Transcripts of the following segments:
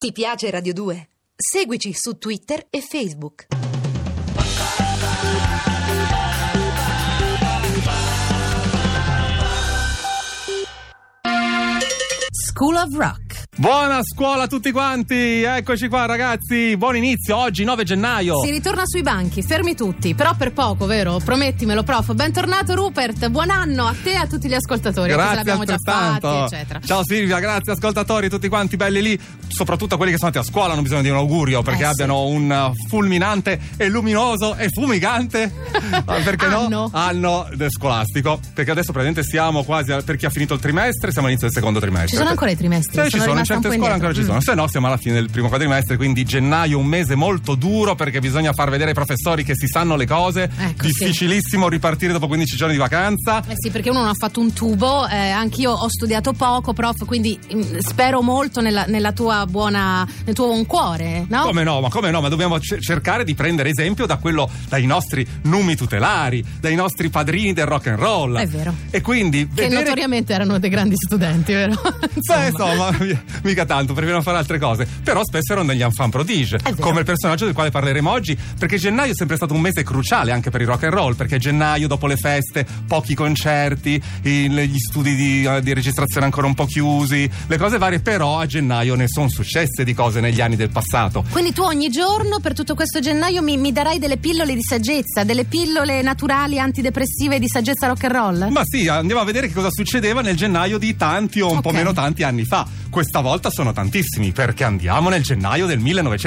Ti piace Radio 2? Seguici su Twitter e Facebook. School of Rock. Buona scuola a tutti quanti, eccoci qua ragazzi, buon inizio, oggi 9 gennaio. Si ritorna sui banchi, fermi tutti, però per poco, vero? Promettimelo, prof. Bentornato Rupert, buon anno a te e a tutti gli ascoltatori. Grazie, l'abbiamo già fatti, eccetera. Ciao Silvia, grazie ascoltatori, tutti quanti belli lì, soprattutto quelli che sono andati a scuola, non bisogna dire un augurio perché abbiano un fulminante e luminoso e fumigante perché anno scolastico, perché adesso praticamente siamo quasi per chi ha finito il trimestre, siamo all'inizio del secondo trimestre. Ci sono ancora i trimestri? Ci sono in certe scuole ancora ci sono, se no siamo alla fine del primo quadrimestre, quindi gennaio un mese molto duro perché bisogna far vedere ai professori che si sanno le cose, difficilissimo ripartire dopo 15 giorni di vacanza. Sì, perché uno non ha fatto un tubo, anch'io ho studiato poco, prof, quindi spero molto nel tuo buon cuore, no? Come no, ma dobbiamo cercare di prendere esempio dai nostri numi tutelari, dai nostri padrini del rock and roll. È vero. E quindi che notoriamente erano dei grandi studenti, vero? Insomma, mica tanto, preferivano fare altre cose, però spesso erano degli enfant prodige, come il personaggio del quale parleremo oggi, perché gennaio è sempre stato un mese cruciale anche per il rock and roll, perché gennaio, dopo le feste, pochi concerti, gli studi di registrazione ancora un po' chiusi, le cose varie, però a gennaio ne sono successe di cose negli anni del passato. Quindi tu ogni giorno per tutto questo gennaio mi darai delle pillole di saggezza, delle pillole naturali antidepressive di saggezza rock and roll? Ma sì, andiamo a vedere che cosa succedeva nel gennaio di tanti o un po' meno tanti anni fa. Questa volta sono tantissimi, perché andiamo nel gennaio del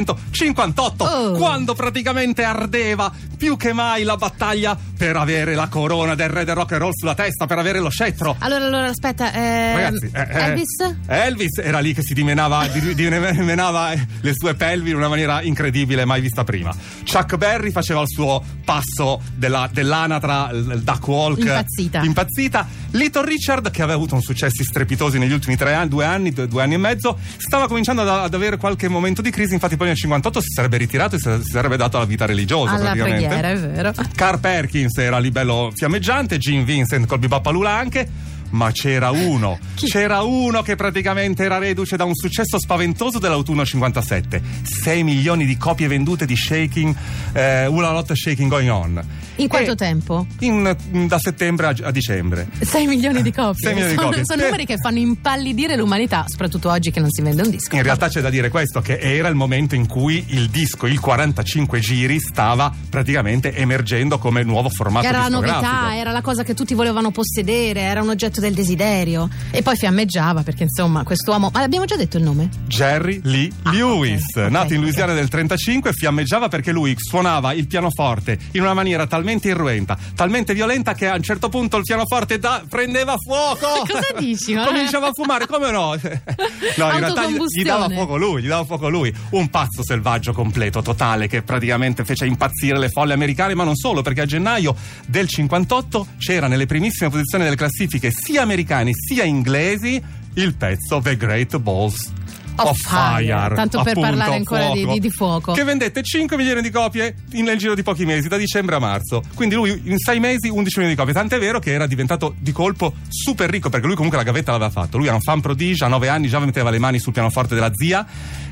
1958, quando praticamente ardeva più che mai la battaglia per avere la corona del re del rock and roll sulla testa, per avere lo scettro. Allora aspetta, ragazzi, Elvis era lì che si dimenava le sue pelvi in una maniera incredibile, mai vista prima. Chuck Berry faceva il suo passo dell'anatra, il duck walk, impazzita. Little Richard, che aveva avuto un successi strepitosi negli ultimi 2 anni e mezzo, stava cominciando ad avere qualche momento di crisi, infatti poi nel 58 si sarebbe ritirato e si sarebbe dato alla vita religiosa, alla praticamente. Preghiera, è vero. Carl Perkins era lì bello fiammeggiante, Gene Vincent col Bebopalula anche. Ma c'era uno che praticamente era reduce da un successo spaventoso dell'autunno 57. 6 milioni di copie vendute di Shaking, Hula Lot Shaking Going On. In quanto tempo? Da settembre a dicembre. 6 milioni di copie. 6 milioni di copie. Sono numeri che fanno impallidire l'umanità, soprattutto oggi che non si vende un disco. In realtà c'è da dire questo, che era il momento in cui il disco, il 45 giri, stava praticamente emergendo come nuovo formato discografico. Era la novità, era la cosa che tutti volevano possedere, era un oggetto del desiderio, e poi fiammeggiava perché insomma quest'uomo, ma l'abbiamo già detto il nome? Jerry Lee Lewis, nato in Louisiana del 35, fiammeggiava perché lui suonava il pianoforte in una maniera talmente irruenta, talmente violenta che a un certo punto il pianoforte prendeva fuoco. Cosa dici? Cominciava a fumare, come no? No, in realtà gli dava fuoco lui, un pazzo selvaggio completo, totale, che praticamente fece impazzire le folle americane, ma non solo, perché a gennaio del 58 c'era nelle primissime posizioni delle classifiche sia americani sia inglesi il pezzo The Great Balls of Fire, tanto per parlare ancora di fuoco, che vendette 5 milioni di copie nel giro di pochi mesi, da dicembre a marzo. Quindi lui in 6 mesi 11 milioni di copie, tant'è vero che era diventato di colpo super ricco, perché lui comunque la gavetta l'aveva fatto. Lui era un fan prodigio, a 9 anni già metteva le mani sul pianoforte della zia.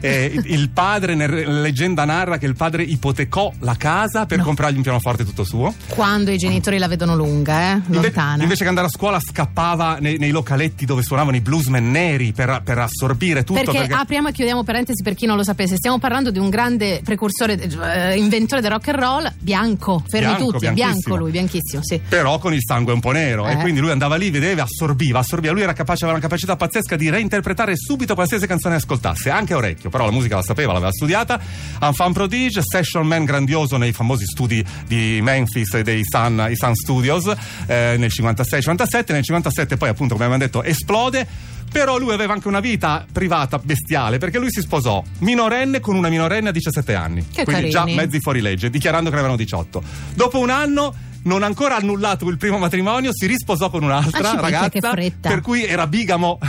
Il padre, nella leggenda narra che il padre ipotecò la casa per comprargli un pianoforte tutto suo. Quando i genitori la vedono lunga, lontana. Invece che andare a scuola scappava nei localetti dove suonavano i bluesmen neri per assorbire tutto. Perché apriamo e chiudiamo parentesi per chi non lo sapesse, stiamo parlando di un grande precursore, inventore del rock and roll, bianco, fermi tutti, bianco lui, bianchissimo, sì. Però con il sangue un po' nero, e quindi lui andava lì, vedeva, assorbiva, lui era capace, aveva una capacità pazzesca di reinterpretare subito qualsiasi canzone ascoltasse, anche a orecchio, però la musica la sapeva, l'aveva studiata. Enfant prodige, session man grandioso nei famosi studi di Memphis e dei Sun Studios nel 56-57, nel 57 poi appunto, come abbiamo detto, esplode. Però lui aveva anche una vita privata bestiale, perché lui si sposò minorenne con una minorenne a 17 anni. Che quindi carini. già mezzi fuori legge, dichiarando che ne avevano 18. Dopo un anno, non ancora annullato il primo matrimonio, si risposò con un'altra ragazza, per cui era bigamo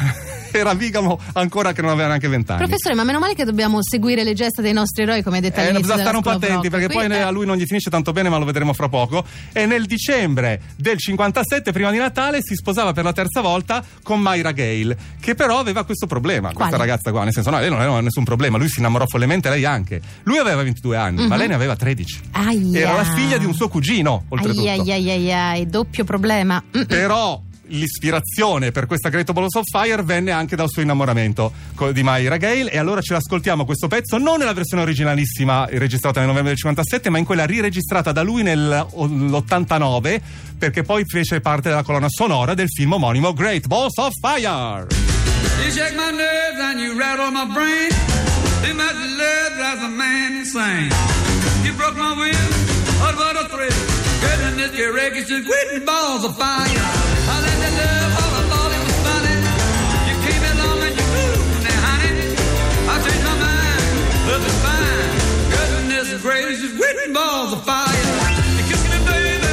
era bigamo ancora che non aveva neanche 20 anni. Professore, ma meno male che dobbiamo seguire le gesta dei nostri eroi, come hai detto all'inizio. Bisogna stare un po' attenti, rock, perché poi a lui non gli finisce tanto bene, ma lo vedremo fra poco. E nel dicembre del 57, prima di Natale, si sposava per la terza volta con Myra Gale, che però aveva questo problema. Questa ragazza qua, nel senso, no, lei non aveva nessun problema, lui si innamorò follemente, lei anche. Lui aveva 22 anni, ma lei ne aveva 13. Era la figlia di un suo cugino, oltretutto. Doppio problema. Però l'ispirazione per questa Great Balls of Fire venne anche dal suo innamoramento di Myra Gale, e allora ce l'ascoltiamo questo pezzo non nella versione originalissima registrata nel novembre del 57, ma in quella riregistrata da lui nell'89, perché poi fece parte della colonna sonora del film omonimo Great Balls of Fire. You shake my nerves and you rattle my brain. Too much love drives a man insane. You broke my will, what a thrill. Goodness, your wreckage just quitting balls of fire. I let that love all I thought it was funny. You came along and you moved now, honey. I changed my mind, love is fine. Goodness gracious, quitting balls of fire. You kiss me, baby.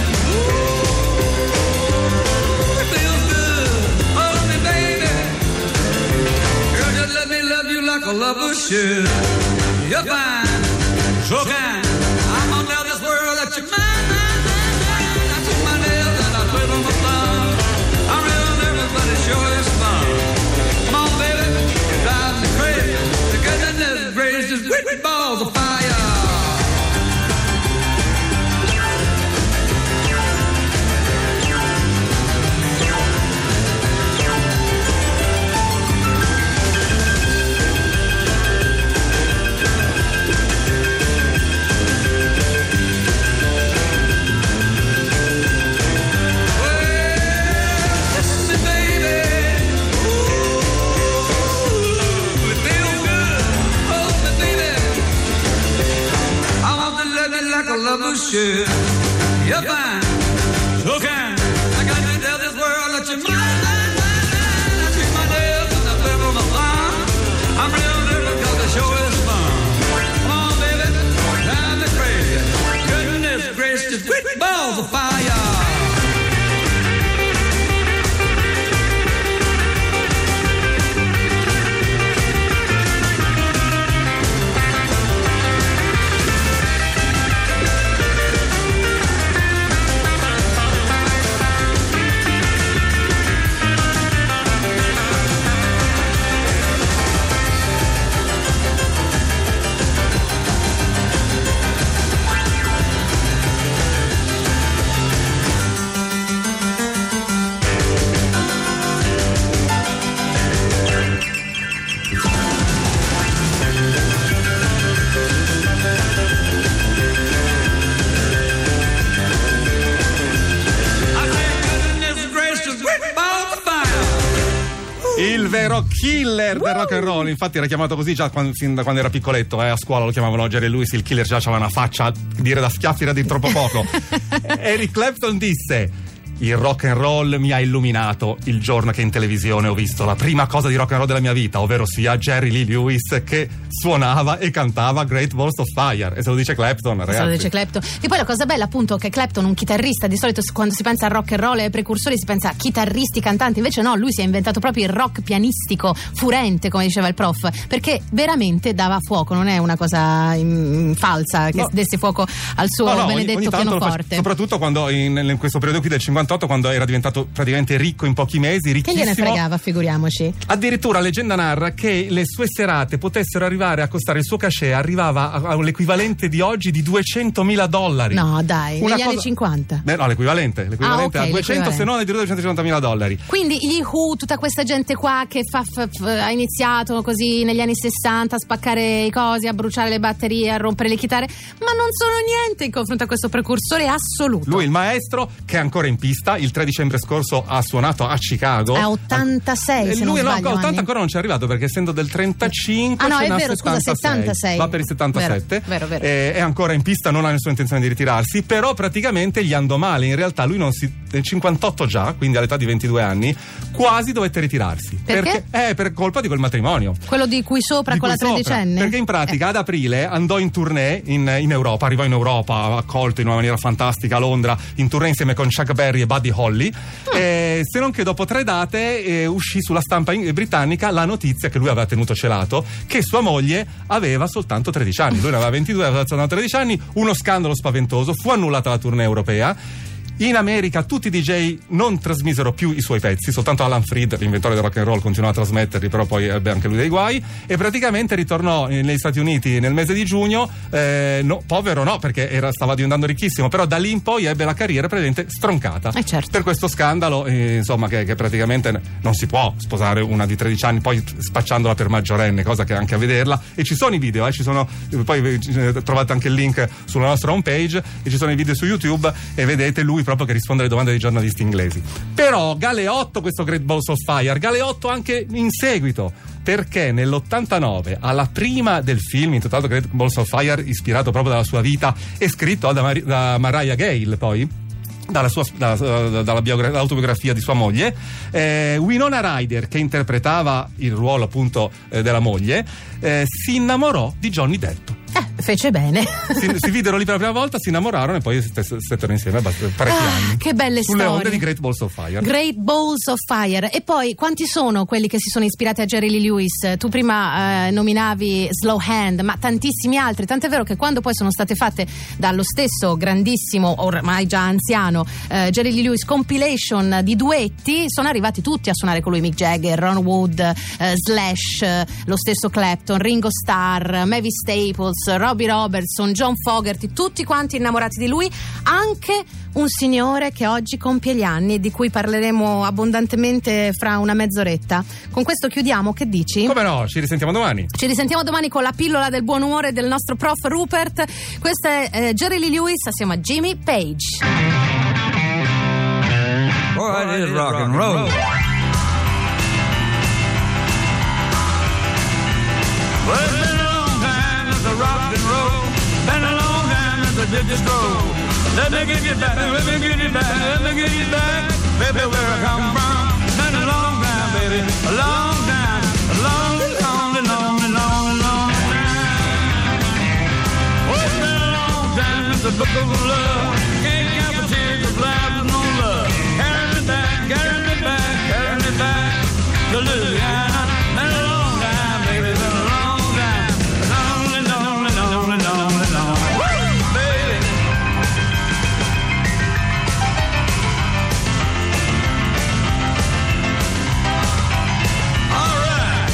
Ooh, it feels good. Hold me, baby. Girl, just let me love you like a lover should. You're fine, so kind. I'm gonna tell this world that you're mine. Sure is fun. Come on, baby, you drive me crazy. The goodness gracious, with balls of fire. Should. You're fine, so kind. I got to tell this world that you're mine. I treat my nails and I flip on my thumb. I'm real nervous because the show is fun. Come on, baby, drive me crazy. Goodness gracious, quit balls of fire. Il vero killer del rock and roll, infatti era chiamato così già fin da quando era piccoletto, a scuola lo chiamavano Jerry Lewis il killer, già aveva una faccia a dire da schiaffi, era di troppo poco. Eric Clapton disse: il rock and roll mi ha illuminato il giorno che in televisione ho visto la prima cosa di rock and roll della mia vita, ovvero sia Jerry Lee Lewis che suonava e cantava Great Balls of Fire. E se lo dice Clapton, ragazzi. Se lo dice Clapton. E poi la cosa bella appunto che Clapton, un chitarrista, di solito quando si pensa al rock and roll e ai precursori si pensa a chitarristi, cantanti, invece no, lui si è inventato proprio il rock pianistico, furente, come diceva il prof, perché veramente dava fuoco, non è una cosa falsa che desse fuoco al suo benedetto pianoforte. Soprattutto quando in questo periodo qui del 58, quando era diventato praticamente ricco in pochi mesi, ricchissimo. Che gliene fregava, figuriamoci. Addirittura leggenda narra che le sue serate potessero arrivare a costare, il suo cachet arrivava all'equivalente di oggi di $200.000. No, dai, negli anni 50. No, l'equivalente a 200, se no addirittura $250.000. Quindi gli Who, tutta questa gente qua che ha iniziato così negli anni 60 a spaccare i cosi, a bruciare le batterie, a rompere le chitarre, ma non sono niente in confronto a questo precursore assoluto. Lui, il maestro, che è ancora in pista, il 3 dicembre scorso ha suonato a Chicago. A 86, se lui non sbaglio, 80 ancora non ci è arrivato, perché essendo del 35 no, è vero, 76. Va per il 77. Vero. È ancora in pista, non ha nessuna intenzione di ritirarsi, però praticamente gli andò male. In realtà lui nel 58 già, quindi all'età di 22 anni, quasi dovette ritirarsi. Perché? Per colpa di quel matrimonio. Quello di cui sopra con la tredicenne? Perché in pratica ad aprile andò in tournée in Europa, arrivò in Europa accolto in una maniera fantastica a Londra, in tournée insieme con Chuck Berry e Buddy Holly, se non che dopo 3 date uscì sulla stampa britannica la notizia che lui aveva tenuto celato, che sua moglie aveva soltanto 13 anni. Lui ne aveva 22, aveva soltanto 13 anni, uno scandalo spaventoso, fu annullata la tournée europea. In America tutti i DJ non trasmisero più i suoi pezzi, soltanto Alan Freed, l'inventore del rock and roll, continuò a trasmetterli, però poi ebbe anche lui dei guai, e praticamente ritornò negli Stati Uniti nel mese di giugno, povero no, perché stava diventando ricchissimo, però da lì in poi ebbe la carriera praticamente stroncata. Certo. Per questo scandalo, insomma, che praticamente non si può sposare una di 13 anni poi spacciandola per maggiorenne, cosa che anche a vederla, e ci sono i video, poi trovate anche il link sulla nostra homepage, e ci sono i video su YouTube, e vedete lui proprio che risponde alle domande dei giornalisti inglesi. Però Galeotto, questo Great Balls of Fire, Galeotto anche in seguito, perché nell'89, alla prima del film intitolato Great Balls of Fire, ispirato proprio dalla sua vita e scritto da Mariah Gale, poi dall'autobiografia di sua moglie, Winona Ryder, che interpretava il ruolo appunto della moglie, si innamorò di Johnny Depp. Fece bene. Si videro lì per la prima volta, si innamorarono e poi stettero insieme parecchi anni. Che belle sulle storie. onde di Great Balls of Fire. Great Balls of Fire. E poi quanti sono quelli che si sono ispirati a Jerry Lee Lewis? Tu prima nominavi Slow Hand, ma tantissimi altri. Tant'è vero che quando poi sono state fatte dallo stesso grandissimo, ormai già anziano, Jerry Lee Lewis compilation di duetti, sono arrivati tutti a suonare con lui: Mick Jagger, Ron Wood, Slash, lo stesso Clapton, Ringo Starr, Mavis Staples, Robbie Robertson, John Fogerty, tutti quanti innamorati di lui. Anche un signore che oggi compie gli anni e di cui parleremo abbondantemente fra una mezz'oretta. Con questo chiudiamo, che dici? Come no, ci risentiamo domani. Ci risentiamo domani con la pillola del buon umore del nostro prof Rupert. Questa è Jerry Lee Lewis assieme a Jimmy Page. Boy, it is rock and roll. Well, it's been a long time since I rock and roll. Been a long time since I did the stroll. Let me get you back, let me get you back, let me get you back, baby, where I come from. Been a long time, baby, a long time, a long, long, long, long, long time. Oh, it's been a long time since the book of love. Can't count the tears of life with no love. Carry me back, carry me back, carry me back to Louisiana. Been a long time, baby, been a long time, lonely, lonely, lonely, lonely, lonely. Woo, baby. All right.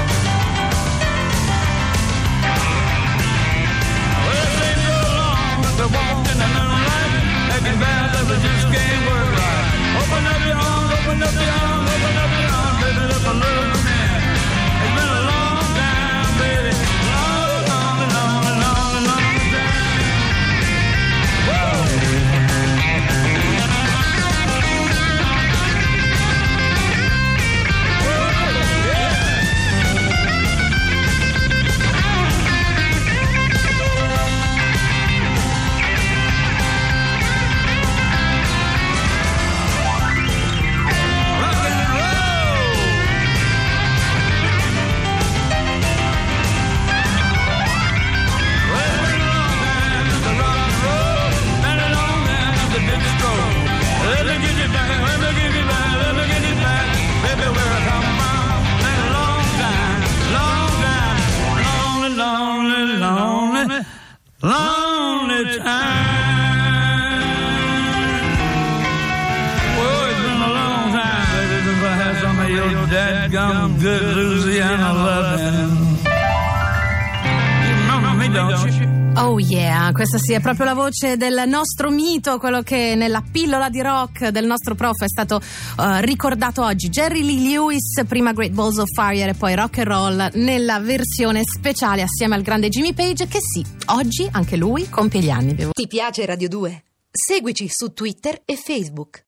Well, it ain't so long since I walked in the moonlight, making vows that we just can't work right. Open up your arms, open up your arms, open up your arms, baby, let my love come in. It's been a long time, baby, long, long, long, long, long time. Woo! Rock and roll! Well, it's been a long time since I rock and roll. Been a long time since I did the stroll. Let me get you back, let me get you back, let me get you back, baby, where I come from. Been a long time, lonely, lonely, lonely, lonely time. Oh, it's been a long time, baby, since I had some of your dadgum good Louisiana loving. You remember me, don't you? Oh yeah, questa sì è proprio la voce del nostro mito, quello che nella pillola di rock del nostro prof è stato ricordato oggi. Jerry Lee Lewis, prima Great Balls of Fire e poi Rock and Roll nella versione speciale assieme al grande Jimmy Page, che sì, oggi anche lui compie gli anni. Ti piace Radio 2? Seguici su Twitter e Facebook.